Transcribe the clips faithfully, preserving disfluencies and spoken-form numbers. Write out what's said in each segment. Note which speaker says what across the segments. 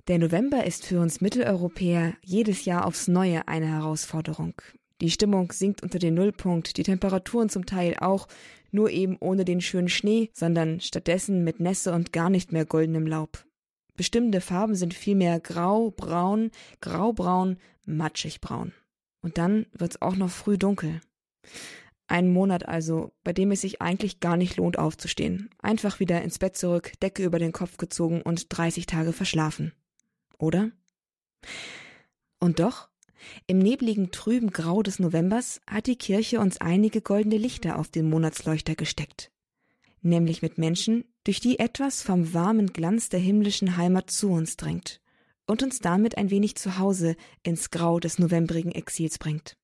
Speaker 1: Der November ist für uns Mitteleuropäer jedes Jahr aufs Neue eine Herausforderung. Die Stimmung sinkt unter den Nullpunkt, die Temperaturen zum Teil auch, nur eben ohne den schönen Schnee, sondern stattdessen mit Nässe und gar nicht mehr goldenem Laub. Bestimmte Farben sind vielmehr grau, braun, graubraun, matschig braun. Und dann wird's auch noch früh dunkel. Ein Monat also, bei dem es sich eigentlich gar nicht lohnt aufzustehen. Einfach wieder ins Bett zurück, Decke über den Kopf gezogen und dreißig Tage verschlafen. Oder? Und doch, im nebligen, trüben Grau des Novembers hat die Kirche uns einige goldene Lichter auf den Monatsleuchter gesteckt. Nämlich mit Menschen, durch die etwas vom warmen Glanz der himmlischen Heimat zu uns drängt und uns damit ein wenig zu Hause ins Grau des novembrigen Exils bringt.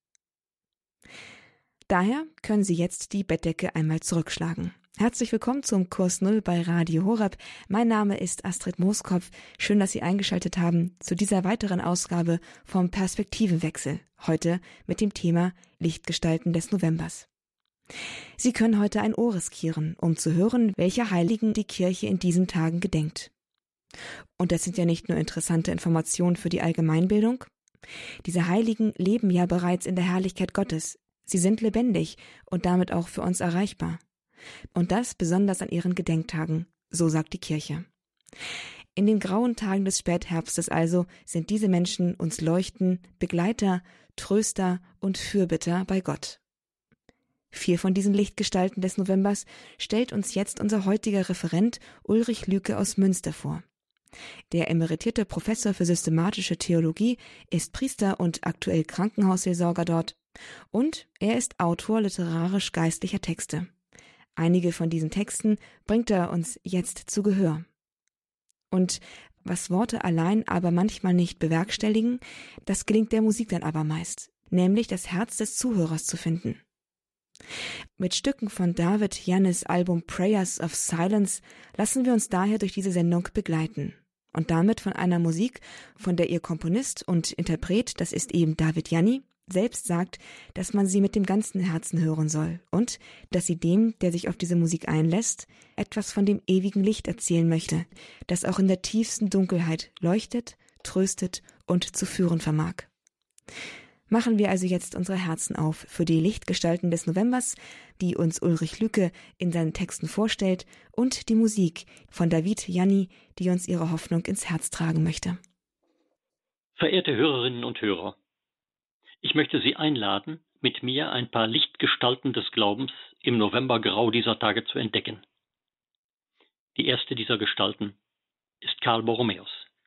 Speaker 1: Daher können Sie jetzt die Bettdecke einmal zurückschlagen. Herzlich willkommen zum Kurs Null bei Radio Horeb. Mein Name ist Astrid Mooskopf. Schön, dass Sie eingeschaltet haben zu dieser weiteren Ausgabe vom Perspektivenwechsel. Heute mit dem Thema Lichtgestalten des Novembers. Sie können heute ein Ohr riskieren, um zu hören, welche Heiligen die Kirche in diesen Tagen gedenkt. Und das sind ja nicht nur interessante Informationen für die Allgemeinbildung. Diese Heiligen leben ja bereits in der Herrlichkeit Gottes. Sie sind lebendig und damit auch für uns erreichbar. Und das besonders an ihren Gedenktagen, so sagt die Kirche. In den grauen Tagen des Spätherbstes also sind diese Menschen uns Leuchten, Begleiter, Tröster und Fürbitter bei Gott. Vier von diesen Lichtgestalten des Novembers stellt uns jetzt unser heutiger Referent Ulrich Lüke aus Münster vor. Der emeritierte Professor für systematische Theologie ist Priester und aktuell Krankenhausseelsorger dort und er ist Autor literarisch-geistlicher Texte. Einige von diesen Texten bringt er uns jetzt zu Gehör. Und was Worte allein aber manchmal nicht bewerkstelligen, das gelingt der Musik dann aber meist, nämlich das Herz des Zuhörers zu finden. Mit Stücken von David Jannes Album Prayers of Silence lassen wir uns daher durch diese Sendung begleiten. Und damit von einer Musik, von der ihr Komponist und Interpret, das ist eben David Janni, selbst sagt, dass man sie mit dem ganzen Herzen hören soll und dass sie dem, der sich auf diese Musik einlässt, etwas von dem ewigen Licht erzählen möchte, das auch in der tiefsten Dunkelheit leuchtet, tröstet und zu führen vermag. Machen wir also jetzt unsere Herzen auf für die Lichtgestalten des Novembers, die uns Ulrich Lüke in seinen Texten vorstellt, und die Musik von David Janni, die uns ihre Hoffnung ins Herz tragen möchte.
Speaker 2: Verehrte Hörerinnen und Hörer, ich möchte Sie einladen, mit mir ein paar Lichtgestalten des Glaubens im Novembergrau dieser Tage zu entdecken. Die erste dieser Gestalten ist Karl Borromäus.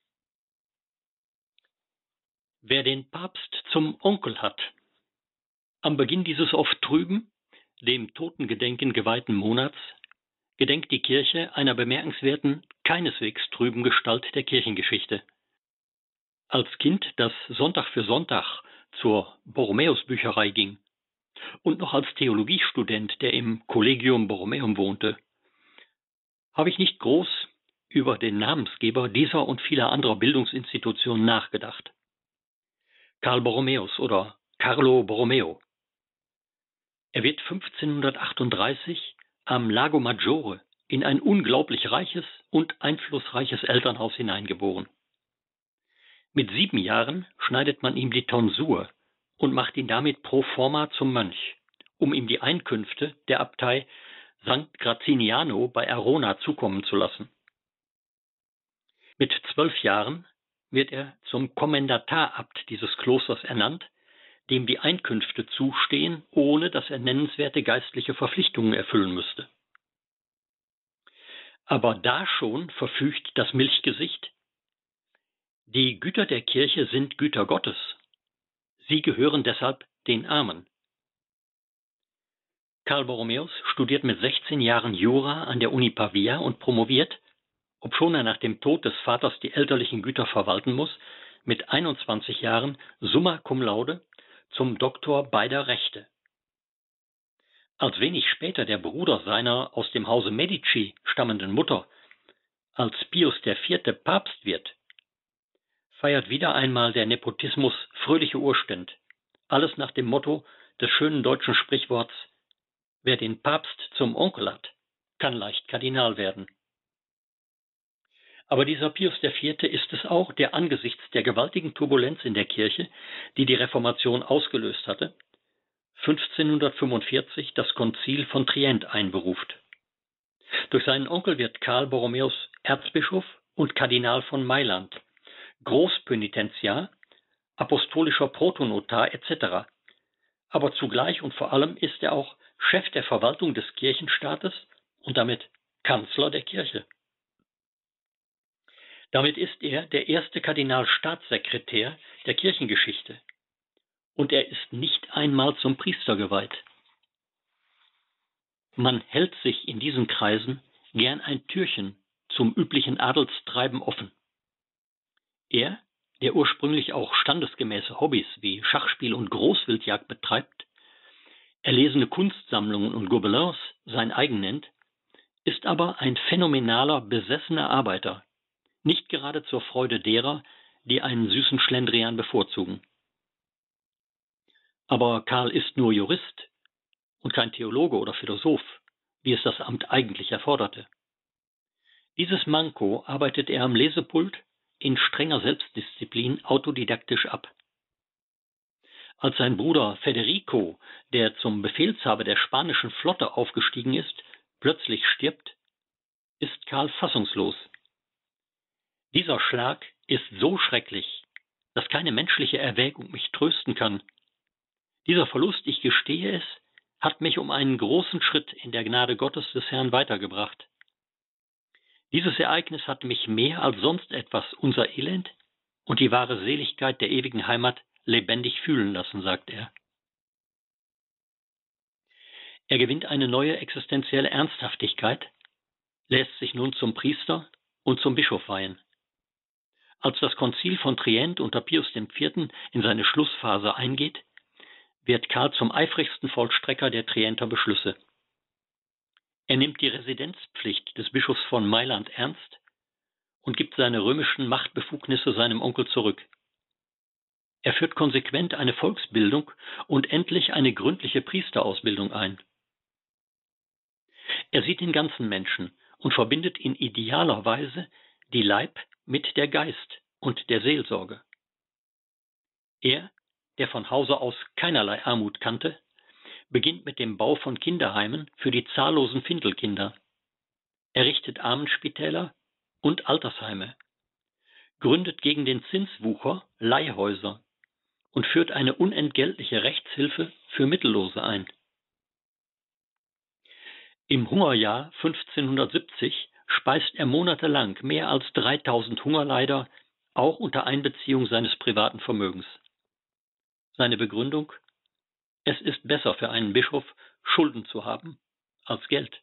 Speaker 2: Wer den Papst zum Onkel hat, am Beginn dieses oft trüben, dem Totengedenken geweihten Monats, gedenkt die Kirche einer bemerkenswerten, keineswegs trüben Gestalt der Kirchengeschichte. Als Kind, das Sonntag für Sonntag zur Borromäus-Bücherei ging und noch als Theologiestudent, der im Collegium Borromäum wohnte, habe ich nicht groß über den Namensgeber dieser und vieler anderer Bildungsinstitutionen nachgedacht. Karl Borromäus oder Carlo Borromeo. Er wird fünfzehnhundertachtunddreißig am Lago Maggiore in ein unglaublich reiches und einflussreiches Elternhaus hineingeboren. Mit sieben Jahren schneidet man ihm die Tonsur und macht ihn damit pro forma zum Mönch, um ihm die Einkünfte der Abtei Sankt Graziniano bei Arona zukommen zu lassen. Mit zwölf Jahren wird er zum Kommendatarabt dieses Klosters ernannt, dem die Einkünfte zustehen, ohne dass er nennenswerte geistliche Verpflichtungen erfüllen müsste. Aber da schon verfügt das Milchgesicht: Die Güter der Kirche sind Güter Gottes. Sie gehören deshalb den Armen. Karl Borromäus studiert mit sechzehn Jahren Jura an der Uni Pavia und promoviert, obschon er nach dem Tod des Vaters die elterlichen Güter verwalten muss, mit einundzwanzig Jahren summa cum laude zum Doktor beider Rechte. Als wenig später der Bruder seiner aus dem Hause Medici stammenden Mutter, als Pius der Vierte Papst wird, feiert wieder einmal der Nepotismus fröhliche Urständ, alles nach dem Motto des schönen deutschen Sprichworts: Wer den Papst zum Onkel hat, kann leicht Kardinal werden. Aber dieser Pius der Vierte ist es auch, der angesichts der gewaltigen Turbulenz in der Kirche, die die Reformation ausgelöst hatte, fünfzehnhundertfünfundvierzig das Konzil von Trient einberuft. Durch seinen Onkel wird Karl Borromäus Erzbischof und Kardinal von Mailand, Großpönitentiar, apostolischer Protonotar et cetera. Aber zugleich und vor allem ist er auch Chef der Verwaltung des Kirchenstaates und damit Kanzler der Kirche. Damit ist er der erste Kardinalstaatssekretär der Kirchengeschichte. Und er ist nicht einmal zum Priester geweiht. Man hält sich in diesen Kreisen gern ein Türchen zum üblichen Adelstreiben offen. Er, der ursprünglich auch standesgemäße Hobbys wie Schachspiel und Großwildjagd betreibt, erlesene Kunstsammlungen und Gobelins sein eigen nennt, ist aber ein phänomenaler, besessener Arbeiter, nicht gerade zur Freude derer, die einen süßen Schlendrian bevorzugen. Aber Karl ist nur Jurist und kein Theologe oder Philosoph, wie es das Amt eigentlich erforderte. Dieses Manko arbeitet er am Lesepult in strenger Selbstdisziplin autodidaktisch ab. Als sein Bruder Federico, der zum Befehlshaber der spanischen Flotte aufgestiegen ist, plötzlich stirbt, ist Karl fassungslos. Dieser Schlag ist so schrecklich, dass keine menschliche Erwägung mich trösten kann. Dieser Verlust, ich gestehe es, hat mich um einen großen Schritt in der Gnade Gottes des Herrn weitergebracht. Dieses Ereignis hat mich mehr als sonst etwas unser Elend und die wahre Seligkeit der ewigen Heimat lebendig fühlen lassen, sagt er. Er gewinnt eine neue existenzielle Ernsthaftigkeit, lässt sich nun zum Priester und zum Bischof weihen. Als das Konzil von Trient unter Pius der Vierte in seine Schlussphase eingeht, wird Karl zum eifrigsten Vollstrecker der Trienter Beschlüsse. Er nimmt die Residenzpflicht des Bischofs von Mailand ernst und gibt seine römischen Machtbefugnisse seinem Onkel zurück. Er führt konsequent eine Volksbildung und endlich eine gründliche Priesterausbildung ein. Er sieht den ganzen Menschen und verbindet in idealer Weise die Leib mit der Geist und der Seelsorge. Er, der von Hause aus keinerlei Armut kannte, beginnt mit dem Bau von Kinderheimen für die zahllosen Findelkinder, errichtet Armenspitäler und Altersheime, gründet gegen den Zinswucher Leihhäuser und führt eine unentgeltliche Rechtshilfe für Mittellose ein. Im Hungerjahr fünfzehnhundertsiebzig speist er monatelang mehr als dreitausend Hungerleider, auch unter Einbeziehung seines privaten Vermögens. Seine Begründung: Es ist besser für einen Bischof, Schulden zu haben, als Geld.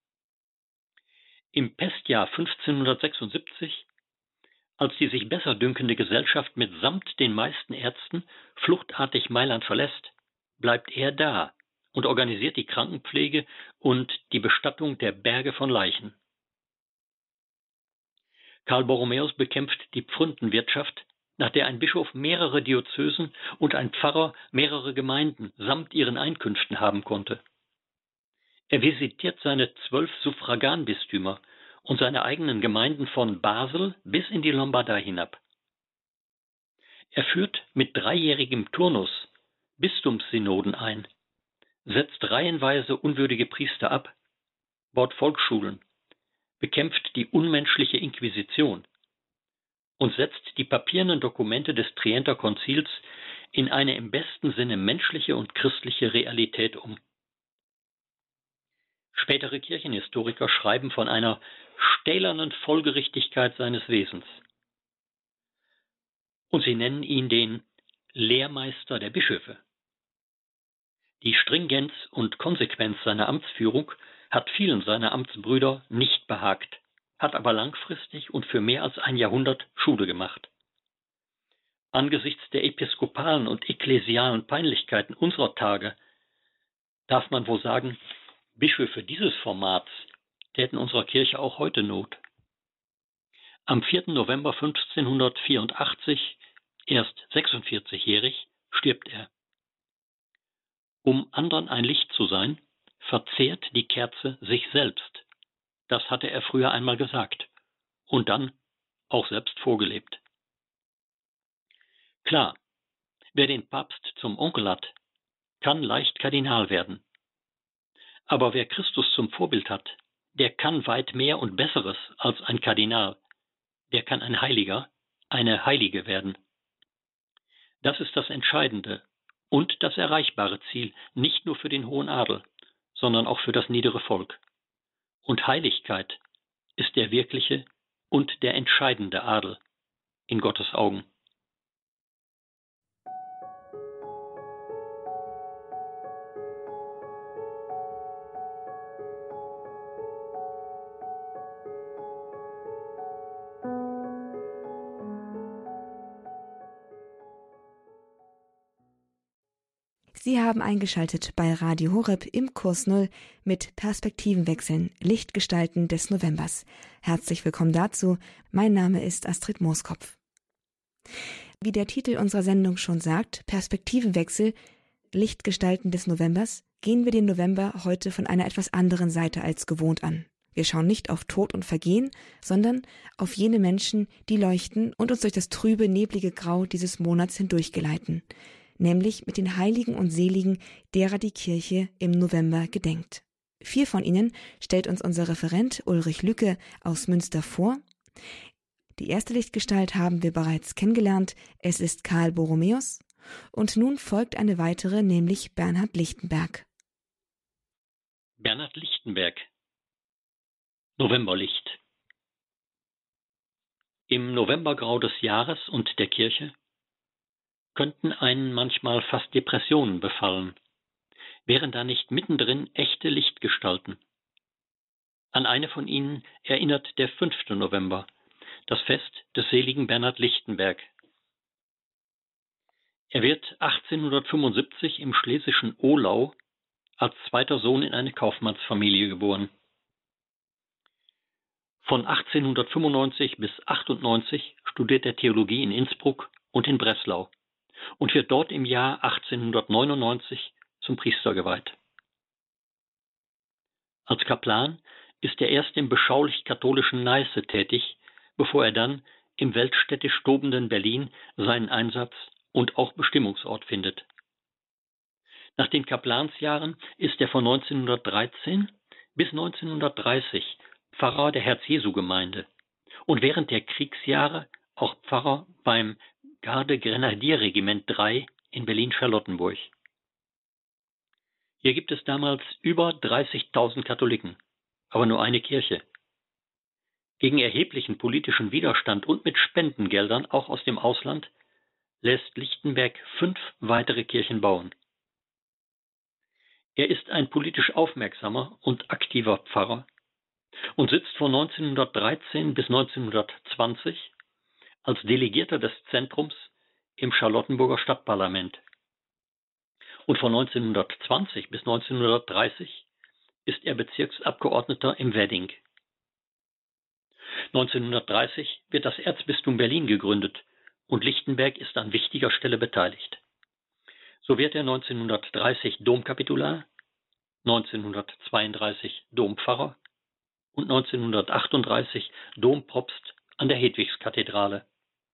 Speaker 2: Im Pestjahr fünfzehnhundertsechsundsiebzig, als die sich besser dünkende Gesellschaft mitsamt den meisten Ärzten fluchtartig Mailand verlässt, bleibt er da und organisiert die Krankenpflege und die Bestattung der Berge von Leichen. Karl Borromäus bekämpft die Pfründenwirtschaft, nach der ein Bischof mehrere Diözesen und ein Pfarrer mehrere Gemeinden samt ihren Einkünften haben konnte. Er visitiert seine zwölf Suffraganbistümer und seine eigenen Gemeinden von Basel bis in die Lombardei hinab. Er führt mit dreijährigem Turnus Bistumssynoden ein, setzt reihenweise unwürdige Priester ab, baut Volksschulen, bekämpft die unmenschliche Inquisition und setzt die papiernen Dokumente des Trienter Konzils in eine im besten Sinne menschliche und christliche Realität um. Spätere Kirchenhistoriker schreiben von einer stählernen Folgerichtigkeit seines Wesens. Und sie nennen ihn den Lehrmeister der Bischöfe. Die Stringenz und Konsequenz seiner Amtsführung hat vielen seiner Amtsbrüder nicht behagt, hat aber langfristig und für mehr als ein Jahrhundert Schule gemacht. Angesichts der episkopalen und ekklesialen Peinlichkeiten unserer Tage darf man wohl sagen, Bischöfe dieses Formats täten unserer Kirche auch heute Not. Am vierten November fünfzehnhundertvierundachtzig, erst sechsundvierzigjährig, stirbt er. Um anderen ein Licht zu sein, verzehrt die Kerze sich selbst. Das hatte er früher einmal gesagt. Und dann auch selbst vorgelebt. Klar, wer den Papst zum Onkel hat, kann leicht Kardinal werden. Aber wer Christus zum Vorbild hat, der kann weit mehr und Besseres als ein Kardinal. Der kann ein Heiliger, eine Heilige werden. Das ist das Entscheidende und das erreichbare Ziel, nicht nur für den hohen Adel, sondern auch für das niedere Volk. Und Heiligkeit ist der wirkliche und der entscheidende Adel in Gottes Augen.
Speaker 1: Sie haben eingeschaltet bei Radio Horeb im Kurs Null mit Perspektivenwechseln, Lichtgestalten des Novembers. Herzlich willkommen dazu. Mein Name ist Astrid Mooskopf. Wie der Titel unserer Sendung schon sagt, Perspektivenwechsel, Lichtgestalten des Novembers, gehen wir den November heute von einer etwas anderen Seite als gewohnt an. Wir schauen nicht auf Tod und Vergehen, sondern auf jene Menschen, die leuchten und uns durch das trübe, neblige Grau dieses Monats hindurchgeleiten, nämlich mit den Heiligen und Seligen, derer die Kirche im November gedenkt. Vier von ihnen stellt uns unser Referent Ulrich Lücke aus Münster vor. Die erste Lichtgestalt haben wir bereits kennengelernt, es ist Karl Borromäus. Und nun folgt eine weitere, nämlich Bernhard Lichtenberg.
Speaker 2: Bernhard Lichtenberg. Novemberlicht. Im Novembergrau des Jahres und der Kirche könnten einen manchmal fast Depressionen befallen, wären da nicht mittendrin echte Lichtgestalten. An eine von ihnen erinnert der fünfte November, das Fest des seligen Bernhard Lichtenberg. Er wird achtzehnhundertfünfundsiebzig im schlesischen Ohlau als zweiter Sohn in eine Kaufmannsfamilie geboren. Von achtzehnhundertfünfundneunzig bis achtundneunzig studiert er Theologie in Innsbruck und in Breslau und wird dort im Jahr achtzehnhundertneunundneunzig zum Priester geweiht. Als Kaplan ist er erst im beschaulich-katholischen Neiße tätig, bevor er dann im weltstädtisch tobenden Berlin seinen Einsatz und auch Bestimmungsort findet. Nach den Kaplansjahren ist er von neunzehnhundertdreizehn bis neunzehnhundertdreißig Pfarrer der Herz-Jesu-Gemeinde und während der Kriegsjahre auch Pfarrer beim Garde-Grenadierregiment drei in Berlin-Charlottenburg. Hier gibt es damals über dreißigtausend Katholiken, aber nur eine Kirche. Gegen erheblichen politischen Widerstand und mit Spendengeldern, auch aus dem Ausland, lässt Lichtenberg fünf weitere Kirchen bauen. Er ist ein politisch aufmerksamer und aktiver Pfarrer und sitzt von neunzehnhundertdreizehn bis neunzehnhundertzwanzig als Delegierter des Zentrums im Charlottenburger Stadtparlament. Und von neunzehnhundertzwanzig bis neunzehnhundertdreißig ist er Bezirksabgeordneter im Wedding. neunzehnhundertdreißig wird das Erzbistum Berlin gegründet und Lichtenberg ist an wichtiger Stelle beteiligt. So wird er neunzehnhundertdreißig Domkapitular, neunzehnhundertzweiunddreißig Dompfarrer und neunzehnhundertachtunddreißig Dompropst an der Hedwigskathedrale.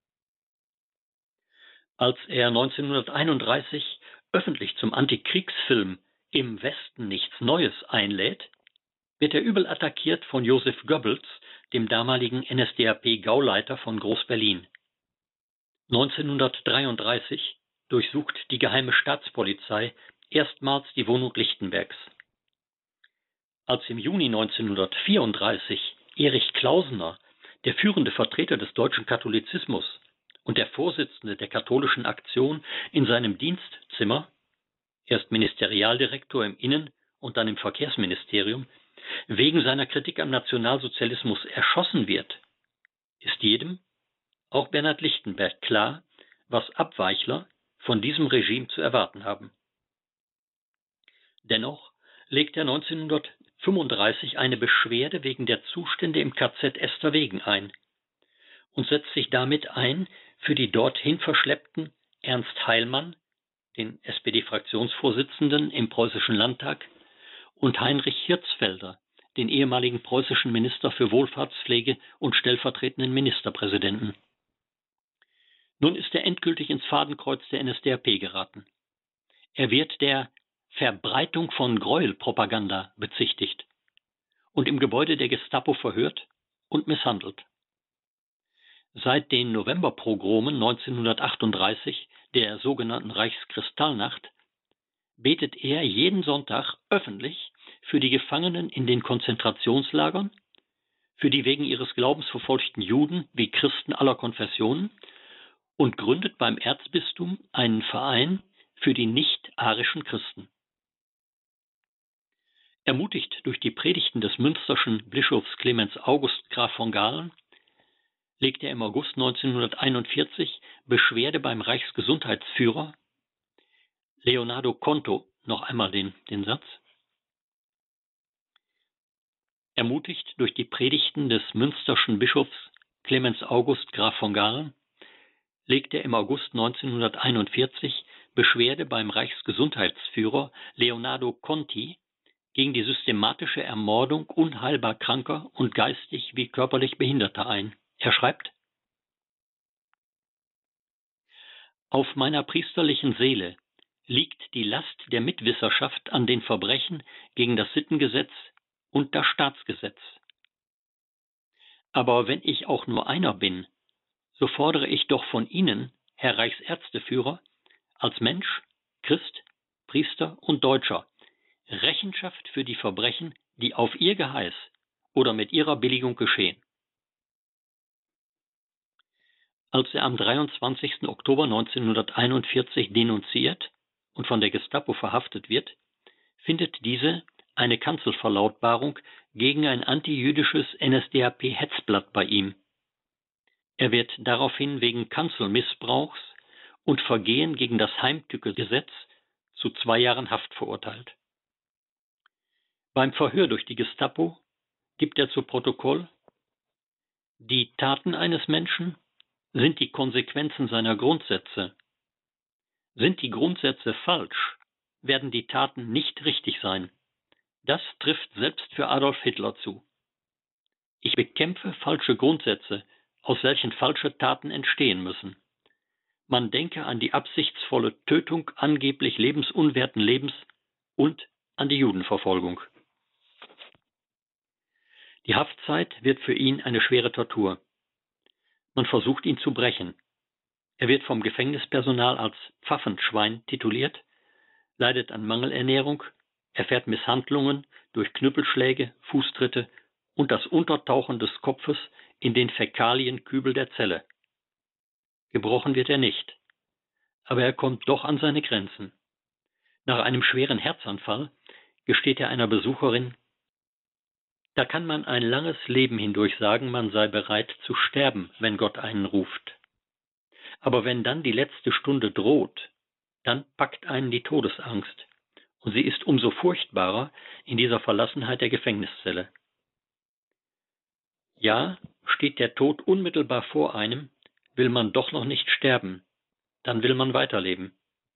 Speaker 2: Als er neunzehnhunderteinunddreißig öffentlich zum Antikriegsfilm Im Westen nichts Neues einlädt, wird er übel attackiert von Joseph Goebbels, dem damaligen N S D A P-Gauleiter von Groß-Berlin. neunzehnhundertdreiunddreißig durchsucht die geheime Staatspolizei erstmals die Wohnung Lichtenbergs. Als im Juni neunzehnhundertvierunddreißig Erich Klausener, der führende Vertreter des deutschen Katholizismus und der Vorsitzende der katholischen Aktion, in seinem Dienstzimmer, erst Ministerialdirektor im Innen- und dann im Verkehrsministerium, wegen seiner Kritik am Nationalsozialismus erschossen wird, ist jedem, auch Bernhard Lichtenberg, klar, was Abweichler von diesem Regime zu erwarten haben. Dennoch legt er neunzehnhundertfünfunddreißig eine Beschwerde wegen der Zustände im K Z Esterwegen ein und setzt sich damit ein für die dorthin verschleppten Ernst Heilmann, den S P D-Fraktionsvorsitzenden im Preußischen Landtag, und Heinrich Hirzfelder, den ehemaligen preußischen Minister für Wohlfahrtspflege und stellvertretenden Ministerpräsidenten. Nun ist er endgültig ins Fadenkreuz der N S D A P geraten. Er wird der Verbreitung von Gräuelpropaganda bezichtigt und im Gebäude der Gestapo verhört und misshandelt. Seit den Novemberpogromen neunzehnhundertachtunddreißig, der sogenannten Reichskristallnacht, betet er jeden Sonntag öffentlich für die Gefangenen in den Konzentrationslagern, für die wegen ihres Glaubens verfolgten Juden wie Christen aller Konfessionen und gründet beim Erzbistum einen Verein für die nicht-arischen Christen. Ermutigt durch die Predigten des münsterschen Bischofs Clemens August Graf von Galen, legte er im August neunzehnhunderteinundvierzig Beschwerde beim Reichsgesundheitsführer Leonardo Conto, noch einmal den, den Satz, ermutigt durch die Predigten des münsterschen Bischofs Clemens August Graf von Galen, legte er im August neunzehnhunderteinundvierzig Beschwerde beim Reichsgesundheitsführer Leonardo Conti gegen die systematische Ermordung unheilbar Kranker und geistig wie körperlich Behinderter ein. Er schreibt: Auf meiner priesterlichen Seele liegt die Last der Mitwisserschaft an den Verbrechen gegen das Sittengesetz und das Staatsgesetz. Aber wenn ich auch nur einer bin, so fordere ich doch von Ihnen, Herr Reichsärzteführer, als Mensch, Christ, Priester und Deutscher, Rechenschaft für die Verbrechen, die auf Ihr Geheiß oder mit Ihrer Billigung geschehen. Als er am dreiundzwanzigsten Oktober neunzehnhunderteinundvierzig denunziert und von der Gestapo verhaftet wird, findet diese eine Kanzelverlautbarung gegen ein antijüdisches N S D A P-Hetzblatt bei ihm. Er wird daraufhin wegen Kanzelmissbrauchs und Vergehen gegen das Heimtücke-Gesetz zu zwei Jahren Haft verurteilt. Beim Verhör durch die Gestapo gibt er zu Protokoll: Die Taten eines Menschen sind die Konsequenzen seiner Grundsätze. Sind die Grundsätze falsch, werden die Taten nicht richtig sein. Das trifft selbst für Adolf Hitler zu. Ich bekämpfe falsche Grundsätze, aus welchen falsche Taten entstehen müssen. Man denke an die absichtsvolle Tötung angeblich lebensunwerten Lebens und an die Judenverfolgung. Die Haftzeit wird für ihn eine schwere Tortur. Man versucht ihn zu brechen. Er wird vom Gefängnispersonal als Pfaffenschwein tituliert, leidet an Mangelernährung, erfährt Misshandlungen durch Knüppelschläge, Fußtritte und das Untertauchen des Kopfes in den Fäkalienkübel der Zelle. Gebrochen wird er nicht, aber er kommt doch an seine Grenzen. Nach einem schweren Herzanfall gesteht er einer Besucherin: Da kann man ein langes Leben hindurch sagen, man sei bereit zu sterben, wenn Gott einen ruft. Aber wenn dann die letzte Stunde droht, dann packt einen die Todesangst. Und sie ist umso furchtbarer in dieser Verlassenheit der Gefängniszelle. Ja, steht der Tod unmittelbar vor einem, will man doch noch nicht sterben, dann will man weiterleben.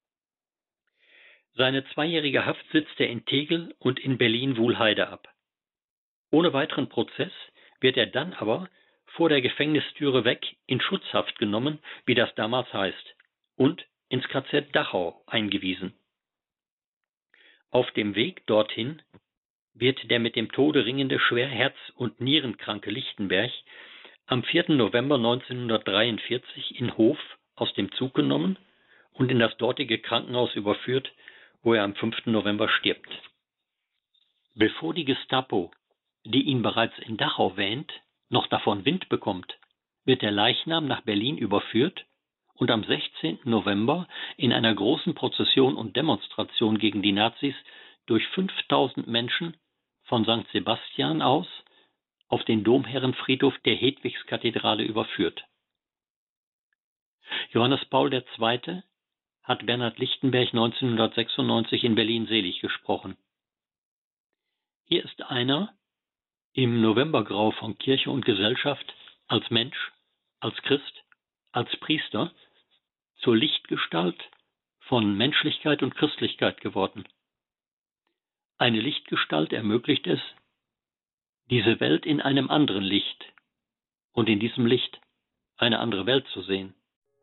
Speaker 2: Seine zweijährige Haft sitzt er in Tegel und in Berlin-Wuhlheide ab. Ohne weiteren Prozess wird er dann aber vor der Gefängnistüre weg in Schutzhaft genommen, wie das damals heißt, und ins K Z Dachau eingewiesen. Auf dem Weg dorthin wird der mit dem Tode ringende schwer herz- und nierenkranke Lichtenberg am vierten November neunzehnhundertdreiundvierzig in Hof aus dem Zug genommen und in das dortige Krankenhaus überführt, wo er am fünften November stirbt. Bevor die Gestapo, die ihn bereits in Dachau wähnt, noch davon Wind bekommt, wird der Leichnam nach Berlin überführt und am sechzehnten November in einer großen Prozession und Demonstration gegen die Nazis durch fünftausend Menschen von Sankt Sebastian aus auf den Domherrenfriedhof der Hedwigskathedrale überführt. Johannes Paul der Zweite hat Bernhard Lichtenberg neunzehnhundertsechsundneunzig in Berlin selig gesprochen. Hier ist einer im Novembergrau von Kirche und Gesellschaft als Mensch, als Christ, als Priester zur Lichtgestalt von Menschlichkeit und Christlichkeit geworden. Eine Lichtgestalt ermöglicht es, diese Welt in einem anderen Licht und in diesem Licht eine andere Welt zu sehen.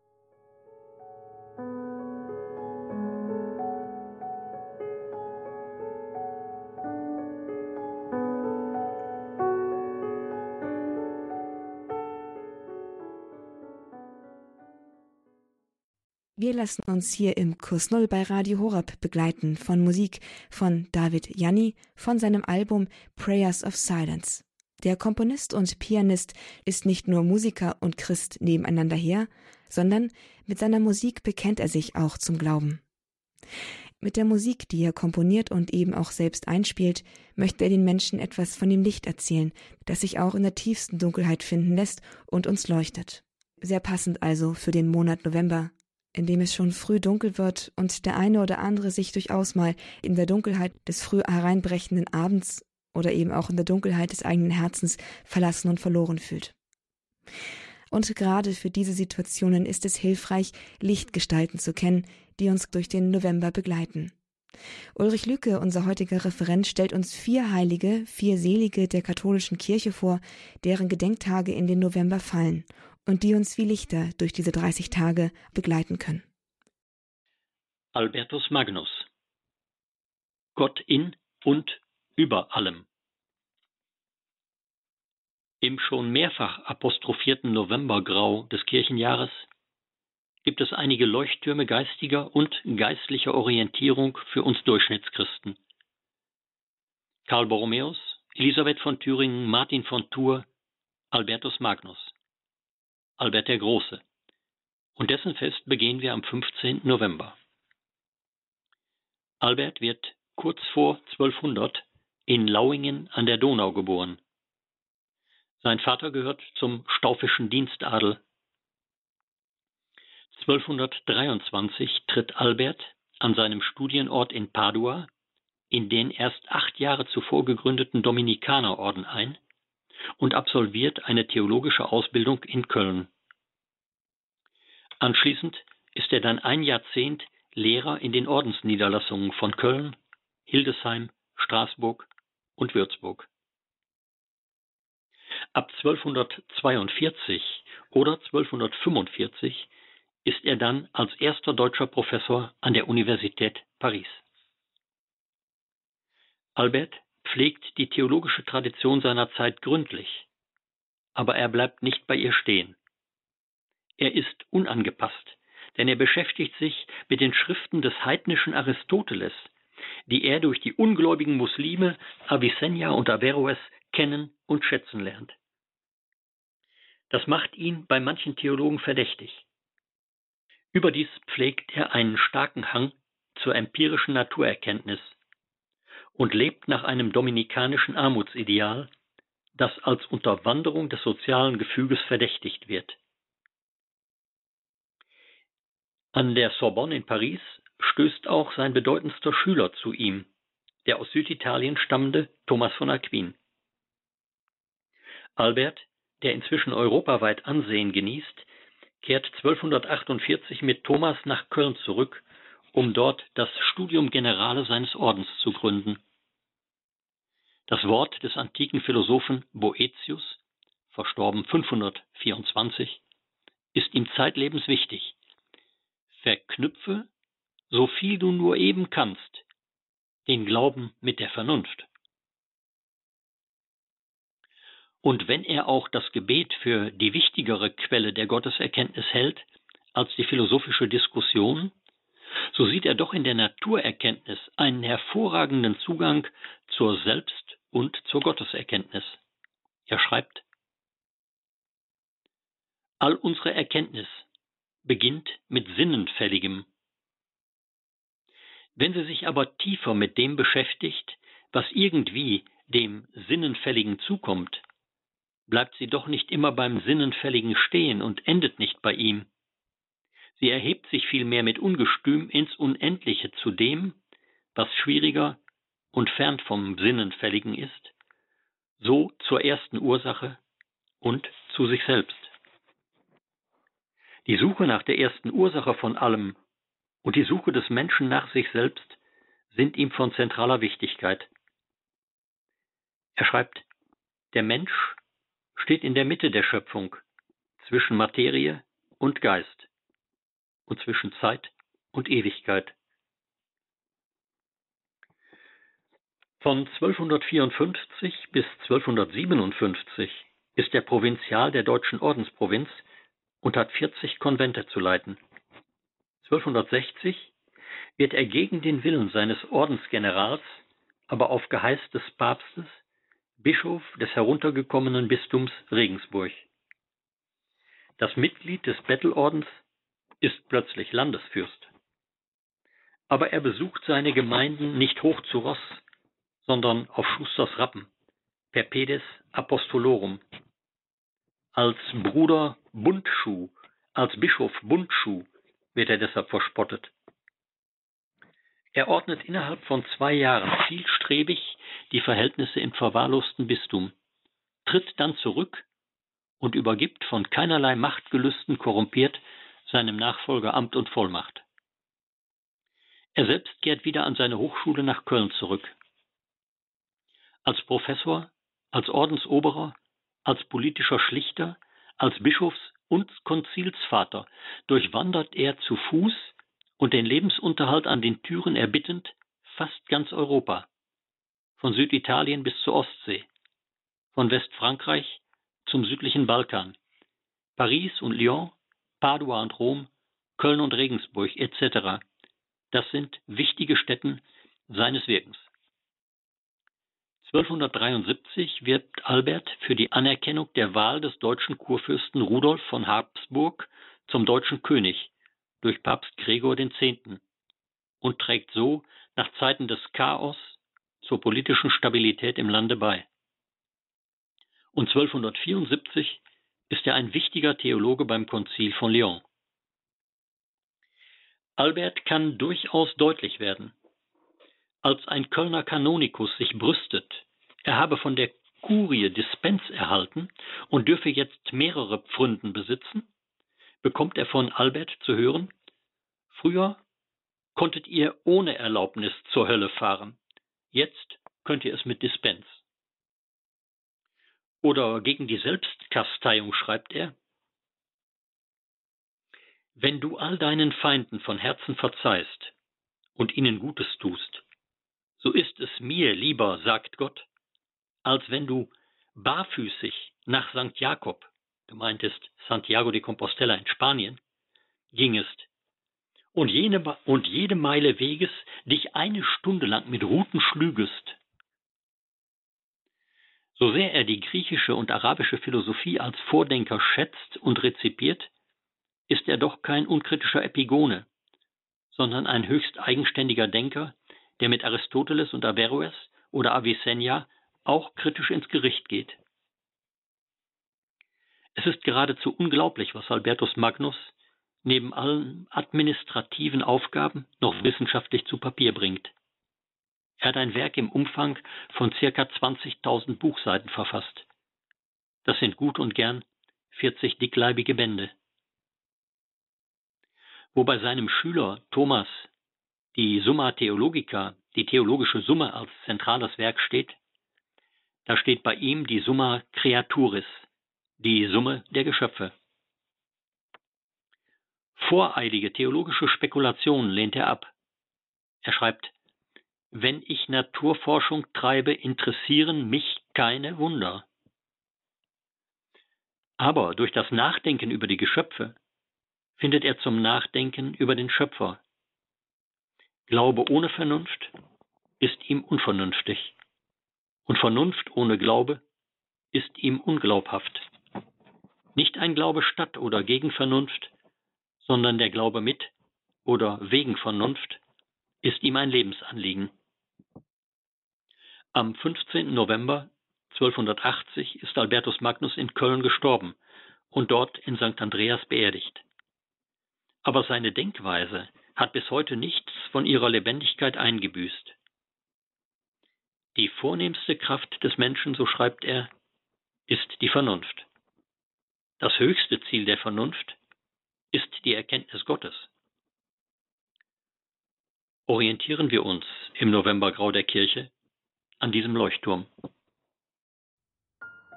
Speaker 1: Wir lassen uns hier im Kurs Null bei Radio Horeb begleiten von Musik von David Janny von seinem Album Prayers of Silence. Der Komponist und Pianist ist nicht nur Musiker und Christ nebeneinander her, sondern mit seiner Musik bekennt er sich auch zum Glauben. Mit der Musik, die er komponiert und eben auch selbst einspielt, möchte er den Menschen etwas von dem Licht erzählen, das sich auch in der tiefsten Dunkelheit finden lässt und uns leuchtet. Sehr passend also für den Monat November, in dem es schon früh dunkel wird und der eine oder andere sich durchaus mal in der Dunkelheit des früh hereinbrechenden Abends oder eben auch in der Dunkelheit des eigenen Herzens verlassen und verloren fühlt. Und gerade für diese Situationen ist es hilfreich, Lichtgestalten zu kennen, die uns durch den November begleiten. Ulrich Lücke, unser heutiger Referent, stellt uns vier Heilige, vier Selige der katholischen Kirche vor, deren Gedenktage in den November fallen und die uns wie Lichter durch diese dreißig Tage begleiten können.
Speaker 2: Albertus Magnus. Gott in und über allem. Im schon mehrfach apostrophierten Novembergrau des Kirchenjahres gibt es einige Leuchttürme geistiger und geistlicher Orientierung für uns Durchschnittschristen. Karl Borromäus, Elisabeth von Thüringen, Martin von Tours, Albertus Magnus, Albert der Große. Und dessen Fest begehen wir am fünfzehnten November. Albert wird kurz vor zwölfhundert in Lauingen an der Donau geboren. Sein Vater gehört zum staufischen Dienstadel. zwölfhundertdreiundzwanzig tritt Albert an seinem Studienort in Padua in den erst acht Jahre zuvor gegründeten Dominikanerorden ein und absolviert eine theologische Ausbildung in Köln. Anschließend ist er dann ein Jahrzehnt Lehrer in den Ordensniederlassungen von Köln, Hildesheim, Straßburg und Würzburg. Ab zwölfhundertzweiundvierzig oder zwölfhundertfünfundvierzig ist er dann als erster deutscher Professor an der Universität Paris. Albert pflegt die theologische Tradition seiner Zeit gründlich, aber er bleibt nicht bei ihr stehen. Er ist unangepasst, denn er beschäftigt sich mit den Schriften des heidnischen Aristoteles, die er durch die ungläubigen Muslime Avicenna und Averroes kennen und schätzen lernt. Das macht ihn bei manchen Theologen verdächtig. Überdies pflegt er einen starken Hang zur empirischen Naturerkenntnis und lebt nach einem dominikanischen Armutsideal, das als Unterwanderung des sozialen Gefüges verdächtigt wird. An der Sorbonne in Paris stößt auch sein bedeutendster Schüler zu ihm, der aus Süditalien stammende Thomas von Aquin. Albert, der inzwischen europaweit Ansehen genießt, kehrt zwölfhundertachtundvierzig mit Thomas nach Köln zurück, um dort das Studium Generale seines Ordens zu gründen. Das Wort des antiken Philosophen Boëthius, verstorben fünfhundertvierundzwanzig, ist ihm zeitlebens wichtig. Verknüpfe, so viel du nur eben kannst, den Glauben mit der Vernunft. Und wenn er auch das Gebet für die wichtigere Quelle der Gotteserkenntnis hält als die philosophische Diskussion, so sieht er doch in der Naturerkenntnis einen hervorragenden Zugang zur Selbst- und zur Gotteserkenntnis. Er schreibt: All unsere Erkenntnis beginnt mit Sinnenfälligem. Wenn sie sich aber tiefer mit dem beschäftigt, was irgendwie dem Sinnenfälligen zukommt, bleibt sie doch nicht immer beim Sinnenfälligen stehen und endet nicht bei ihm. Sie erhebt sich vielmehr mit Ungestüm ins Unendliche zu dem, was schwieriger und fern vom Sinnenfälligen ist, so zur ersten Ursache und zu sich selbst. Die Suche nach der ersten Ursache von allem und die Suche des Menschen nach sich selbst sind ihm von zentraler Wichtigkeit. Er schreibt: Der Mensch steht in der Mitte der Schöpfung, zwischen Materie und Geist und zwischen Zeit und Ewigkeit. Von zwölfhundertvierundfünfzig bis zwölfhundertsiebenundfünfzig ist er Provinzial der Deutschen Ordensprovinz und hat vierzig Konvente zu leiten. zwölfhundertsechzig wird er gegen den Willen seines Ordensgenerals, aber auf Geheiß des Papstes, Bischof des heruntergekommenen Bistums Regensburg. Das Mitglied des Bettelordens ist plötzlich Landesfürst. Aber er besucht seine Gemeinden nicht hoch zu Ross, sondern auf Schusters Rappen, per pedes apostolorum. Als Bruder Bundschuh, als Bischof Bundschuh wird er deshalb verspottet. Er ordnet innerhalb von zwei Jahren zielstrebig die Verhältnisse im verwahrlosten Bistum, tritt dann zurück und übergibt von keinerlei Machtgelüsten korrumpiert seinem Nachfolger Amt und Vollmacht. Er selbst kehrt wieder an seine Hochschule nach Köln zurück. Als Professor, als Ordensoberer, als politischer Schlichter, als Bischofs- und Konzilsvater durchwandert er zu Fuß und den Lebensunterhalt an den Türen erbittend fast ganz Europa, von Süditalien bis zur Ostsee, von Westfrankreich zum südlichen Balkan, Paris und Lyon, Padua und Rom, Köln und Regensburg et cetera. Das sind wichtige Stätten seines Wirkens. zwölfhundertdreiundsiebzig wirbt Albert für die Anerkennung der Wahl des deutschen Kurfürsten Rudolf von Habsburg zum deutschen König durch Papst Gregor den Zehnten und trägt so nach Zeiten des Chaos zur politischen Stabilität im Lande bei. Und zwölfhundertvierundsiebzig ist er ein wichtiger Theologe beim Konzil von Lyon. Albert kann durchaus deutlich werden. Als ein Kölner Kanonikus sich brüstet, er habe von der Kurie Dispens erhalten und dürfe jetzt mehrere Pfründen besitzen, bekommt er von Albert zu hören: Früher konntet ihr ohne Erlaubnis zur Hölle fahren, jetzt könnt ihr es mit Dispens. Oder gegen die Selbstkasteiung schreibt er: Wenn du all deinen Feinden von Herzen verzeihst und ihnen Gutes tust, so ist es mir lieber, sagt Gott, als wenn du barfüßig nach Sankt Jakob, gemeint ist Santiago de Compostela in Spanien, gingest und, jene, und jede Meile Weges dich eine Stunde lang mit Ruten schlügest. So sehr er die griechische und arabische Philosophie als Vordenker schätzt und rezipiert, ist er doch kein unkritischer Epigone, sondern ein höchst eigenständiger Denker, der mit Aristoteles und Averroes oder Avicenna auch kritisch ins Gericht geht. Es ist geradezu unglaublich, was Albertus Magnus neben allen administrativen Aufgaben noch wissenschaftlich zu Papier bringt. Er hat ein Werk im Umfang von ca. zwanzigtausend Buchseiten verfasst. Das sind gut und gern vierzig dickleibige Bände. Wo bei seinem Schüler Thomas die Summa Theologica, die theologische Summe als zentrales Werk steht, da steht bei ihm die Summa Creaturis, die Summe der Geschöpfe. Voreilige theologische Spekulationen lehnt er ab. Er schreibt: Wenn ich Naturforschung treibe, interessieren mich keine Wunder. Aber durch das Nachdenken über die Geschöpfe findet er zum Nachdenken über den Schöpfer. Glaube ohne Vernunft ist ihm unvernünftig. Und Vernunft ohne Glaube ist ihm unglaubhaft. Nicht ein Glaube statt oder gegen Vernunft, sondern der Glaube mit oder wegen Vernunft ist ihm ein Lebensanliegen. Am fünfzehnten November zwölfhundertachtzig ist Albertus Magnus in Köln gestorben und dort in Sankt Andreas beerdigt. Aber seine Denkweise hat bis heute nichts von ihrer Lebendigkeit eingebüßt. Die vornehmste Kraft des Menschen, so schreibt er, ist die Vernunft. Das höchste Ziel der Vernunft ist die Erkenntnis Gottes. Orientieren wir uns im Novembergrau der Kirche an diesem Leuchtturm.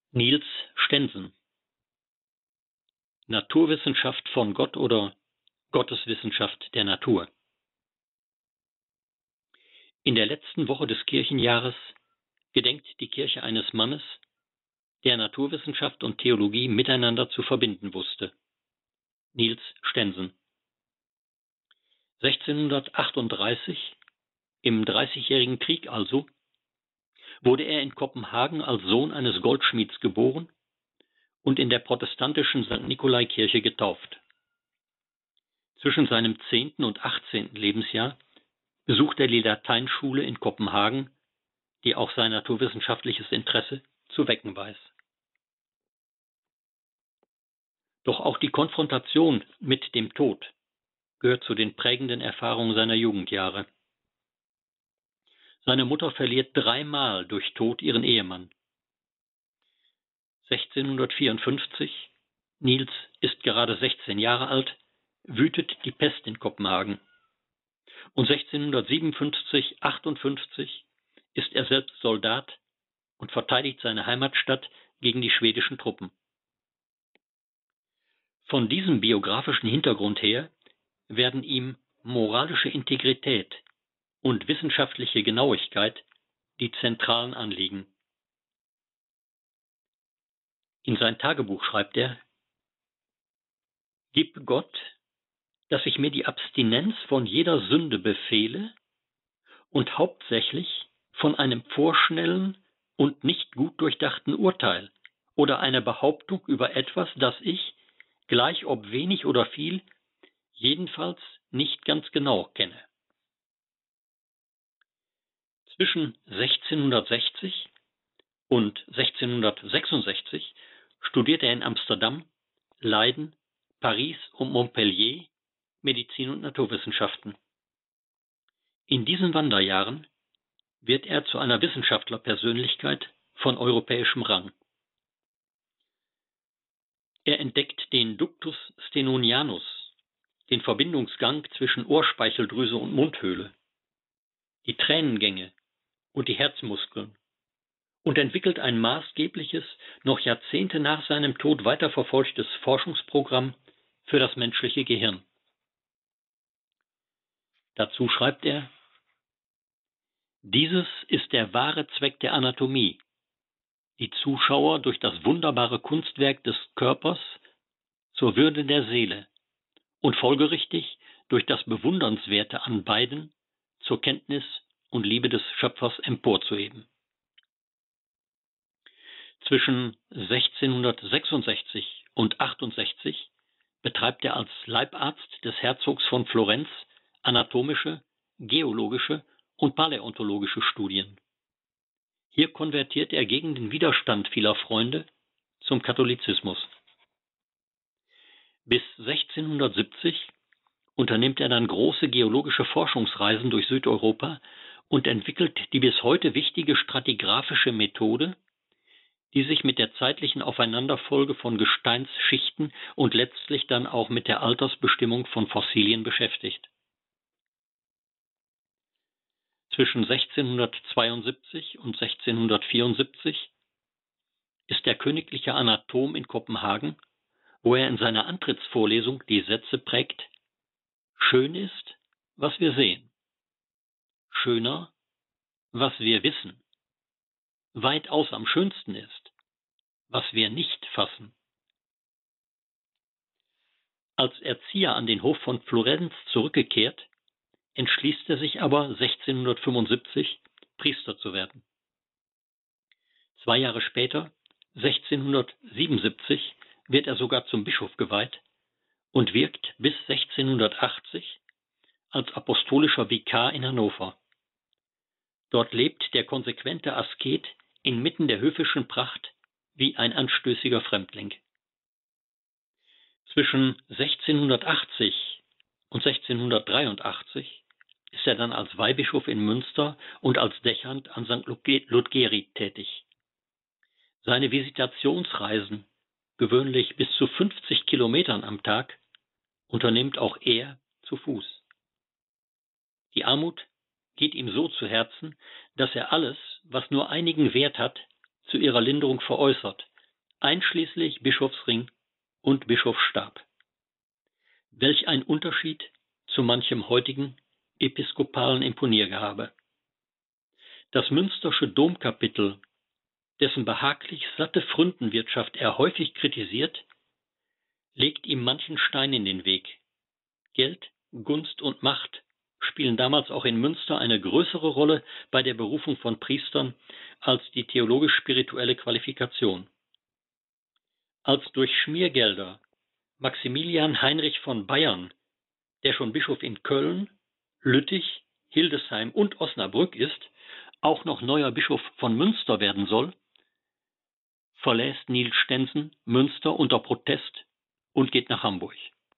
Speaker 2: Niels Stensen. Naturwissenschaft von Gott oder Gotteswissenschaft der Natur. In der letzten Woche des Kirchenjahres gedenkt die Kirche eines Mannes, der Naturwissenschaft und Theologie miteinander zu verbinden wusste. Niels Stensen. sechzehnhundertachtunddreißig, im Dreißigjährigen Krieg also, wurde er in Kopenhagen als Sohn eines Goldschmieds geboren und in der protestantischen Sankt Nikolai-Kirche getauft. Zwischen seinem zehnten und achtzehnten Lebensjahr besuchte er die Lateinschule in Kopenhagen, die auch sein naturwissenschaftliches Interesse zu wecken weiß. Doch auch die Konfrontation mit dem Tod gehört zu den prägenden Erfahrungen seiner Jugendjahre. Seine Mutter verliert dreimal durch Tod ihren Ehemann. sechzehnhundertvierundfünfzig, Niels ist gerade sechzehn Jahre alt, wütet die Pest in Kopenhagen. Und sechzehnhundertsiebenundfünfzig, achtundfünfzig ist er selbst Soldat und verteidigt seine Heimatstadt gegen die schwedischen Truppen. Von diesem biografischen Hintergrund her werden ihm moralische Integrität und wissenschaftliche Genauigkeit die zentralen Anliegen. In sein Tagebuch schreibt er: Gib Gott, dass ich mir die Abstinenz von jeder Sünde befehle und hauptsächlich von einem vorschnellen und nicht gut durchdachten Urteil oder einer Behauptung über etwas, das ich, gleich ob wenig oder viel, jedenfalls nicht ganz genau kenne. Zwischen sechzehnhundertsechzig und sechzehnhundertsechsundsechzig studierte er in Amsterdam, Leiden, Paris und Montpellier Medizin und Naturwissenschaften. In diesen Wanderjahren wird er zu einer Wissenschaftlerpersönlichkeit von europäischem Rang. Er entdeckt den Ductus stenonianus, den Verbindungsgang zwischen Ohrspeicheldrüse und Mundhöhle, die Tränengänge und die Herzmuskeln und entwickelt ein maßgebliches, noch Jahrzehnte nach seinem Tod weiterverfolgtes Forschungsprogramm für das menschliche Gehirn. Dazu schreibt er: Dieses ist der wahre Zweck der Anatomie, die Zuschauer durch das wunderbare Kunstwerk des Körpers zur Würde der Seele und folgerichtig durch das Bewundernswerte an beiden zur Kenntnis und Liebe des Schöpfers emporzuheben. Zwischen sechzehnhundertsechsundsechzig und achtundsechzig betreibt er als Leibarzt des Herzogs von Florenz anatomische, geologische und paläontologische Studien. Hier konvertiert er gegen den Widerstand vieler Freunde zum Katholizismus. Bis sechzehnhundertsiebzig unternimmt er dann große geologische Forschungsreisen durch Südeuropa und entwickelt die bis heute wichtige stratigraphische Methode, die sich mit der zeitlichen Aufeinanderfolge von Gesteinsschichten und letztlich dann auch mit der Altersbestimmung von Fossilien beschäftigt. Zwischen sechzehnhundertzweiundsiebzig und sechzehnhundertvierundsiebzig ist er königlicher Anatom in Kopenhagen, wo er in seiner Antrittsvorlesung die Sätze prägt: Schön ist, was wir sehen. Schöner, was wir wissen. Weitaus am schönsten ist, was wir nicht fassen. Als Erzieher an den Hof von Florenz zurückgekehrt, entschließt er sich aber sechzehnhundertfünfundsiebzig, Priester zu werden. Zwei Jahre später, sechzehnhundertsiebenundsiebzig, wird er sogar zum Bischof geweiht und wirkt bis sechzehnhundertachtzig als apostolischer Vikar in Hannover. Dort lebt der konsequente Asket inmitten der höfischen Pracht wie ein anstößiger Fremdling. Zwischen sechzehnhundertachtzig und sechzehnhundertdreiundachtzig ist er dann als Weihbischof in Münster und als Dechant an Sankt Ludgeri tätig. Seine Visitationsreisen, gewöhnlich bis zu fünfzig Kilometern am Tag, unternimmt auch er zu Fuß. Die Armut geht ihm so zu Herzen, dass er alles, was nur einigen Wert hat, zu ihrer Linderung veräußert einschließlich Bischofsring und Bischofsstab. Welch ein Unterschied zu manchem heutigen episkopalen Imponiergehabe. Das Münstersche Domkapitel, dessen behaglich satte Pfründenwirtschaft er häufig kritisiert, legt ihm manchen Stein in den Weg. Geld, Gunst und Macht spielen damals auch in Münster eine größere Rolle bei der Berufung von Priestern als die theologisch-spirituelle Qualifikation. Als durch Schmiergelder Maximilian Heinrich von Bayern, der schon Bischof in Köln, Lüttich, Hildesheim und Osnabrück ist, auch noch neuer Bischof von Münster werden soll, verlässt Niels Stensen Münster unter Protest und geht nach Hamburg.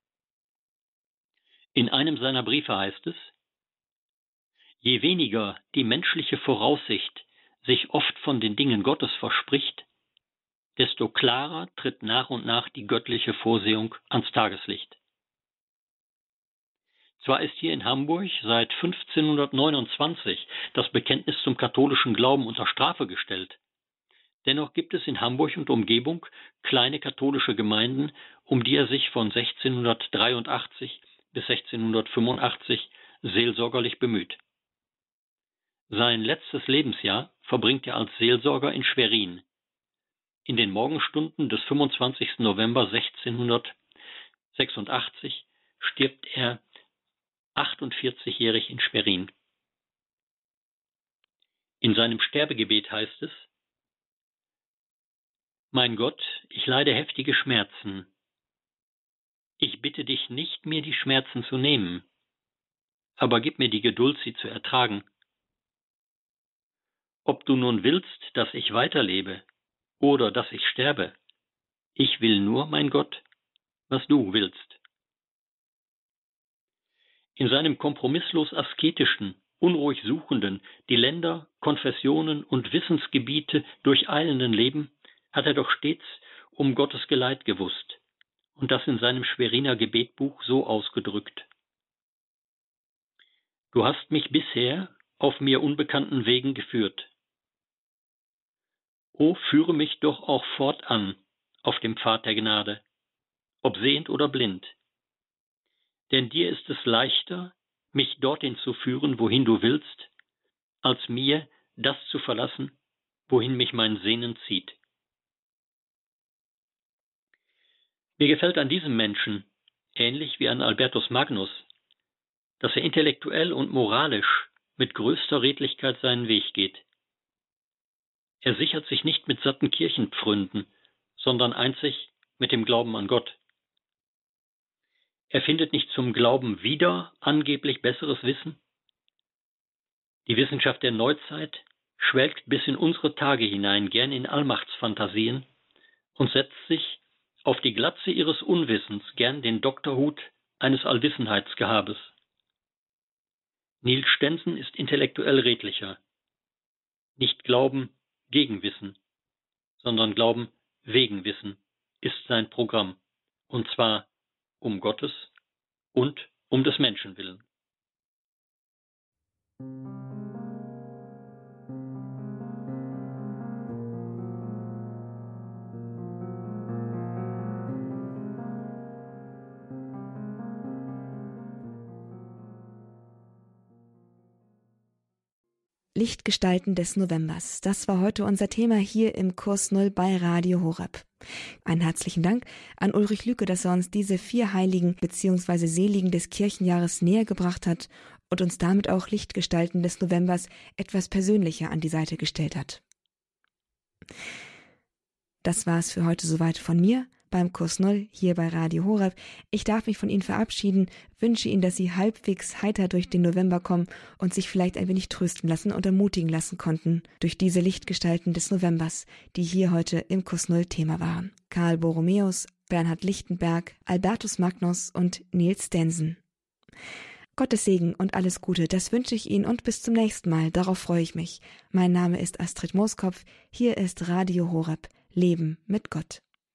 Speaker 2: In einem seiner Briefe heißt es: Je weniger die menschliche Voraussicht sich oft von den Dingen Gottes verspricht, desto klarer tritt nach und nach die göttliche Vorsehung ans Tageslicht. Zwar ist hier in Hamburg seit fünfzehnhundertneunundzwanzig das Bekenntnis zum katholischen Glauben unter Strafe gestellt. Dennoch gibt es in Hamburg und Umgebung kleine katholische Gemeinden, um die er sich von sechzehnhundertdreiundachtzig bis sechzehnhundertfünfundachtzig seelsorgerlich bemüht. Sein letztes Lebensjahr verbringt er als Seelsorger in Schwerin. In den Morgenstunden des fünfundzwanzigsten November sechzehnhundertsechsundachtzig stirbt er achtundvierzigjährig in Schwerin. In seinem Sterbegebet heißt es: Mein Gott, ich leide heftige Schmerzen. Ich bitte dich nicht, mir die Schmerzen zu nehmen, aber gib mir die Geduld, sie zu ertragen. Ob du nun willst, dass ich weiterlebe oder dass ich sterbe, ich will nur, mein Gott, was du willst. In seinem kompromisslos asketischen, unruhig suchenden, die Länder, Konfessionen und Wissensgebiete durcheilenden Leben hat er doch stets um Gottes Geleit gewusst und das in seinem Schweriner Gebetbuch so ausgedrückt: Du hast mich bisher auf mir unbekannten Wegen geführt. O, führe mich doch auch fortan auf dem Pfad der Gnade, ob sehend oder blind. Denn dir ist es leichter, mich dorthin zu führen, wohin du willst, als mir das zu verlassen, wohin mich mein Sehnen zieht. Mir gefällt an diesem Menschen, ähnlich wie an Albertus Magnus, dass er intellektuell und moralisch mit größter Redlichkeit seinen Weg geht. Er sichert sich nicht mit satten Kirchenpfründen, sondern einzig mit dem Glauben an Gott. Er findet nicht zum Glauben wieder angeblich besseres Wissen. Die Wissenschaft der Neuzeit schwelgt bis in unsere Tage hinein gern in Allmachtsfantasien und setzt sich auf die Glatze ihres Unwissens gern den Doktorhut eines Allwissenheitsgehabes. Niels Stensen ist intellektuell redlicher. Nicht Glauben gegen Wissen, sondern Glauben wegen Wissen ist sein Programm, und zwar um Gottes und um des Menschen willen.
Speaker 1: Lichtgestalten des Novembers. Das war heute unser Thema hier im Kurs Null bei Radio Horeb. Einen herzlichen Dank an Ulrich Lüke, dass er uns diese vier Heiligen bzw. Seligen des Kirchenjahres näher gebracht hat und uns damit auch Lichtgestalten des Novembers etwas persönlicher an die Seite gestellt hat. Das war es für heute soweit von mir beim Kurs Null hier bei Radio Horeb. Ich darf mich von Ihnen verabschieden, wünsche Ihnen, dass Sie halbwegs heiter durch den November kommen und sich vielleicht ein wenig trösten lassen und ermutigen lassen konnten durch diese Lichtgestalten des Novembers, die hier heute im Kurs Null Thema waren. Karl Borromäus, Bernhard Lichtenberg, Albertus Magnus und Niels Stensen. Gottes Segen und alles Gute, das wünsche ich Ihnen und bis zum nächsten Mal, darauf freue ich mich. Mein Name ist Astrid Mooskopf, hier ist Radio Horeb, Leben mit Gott.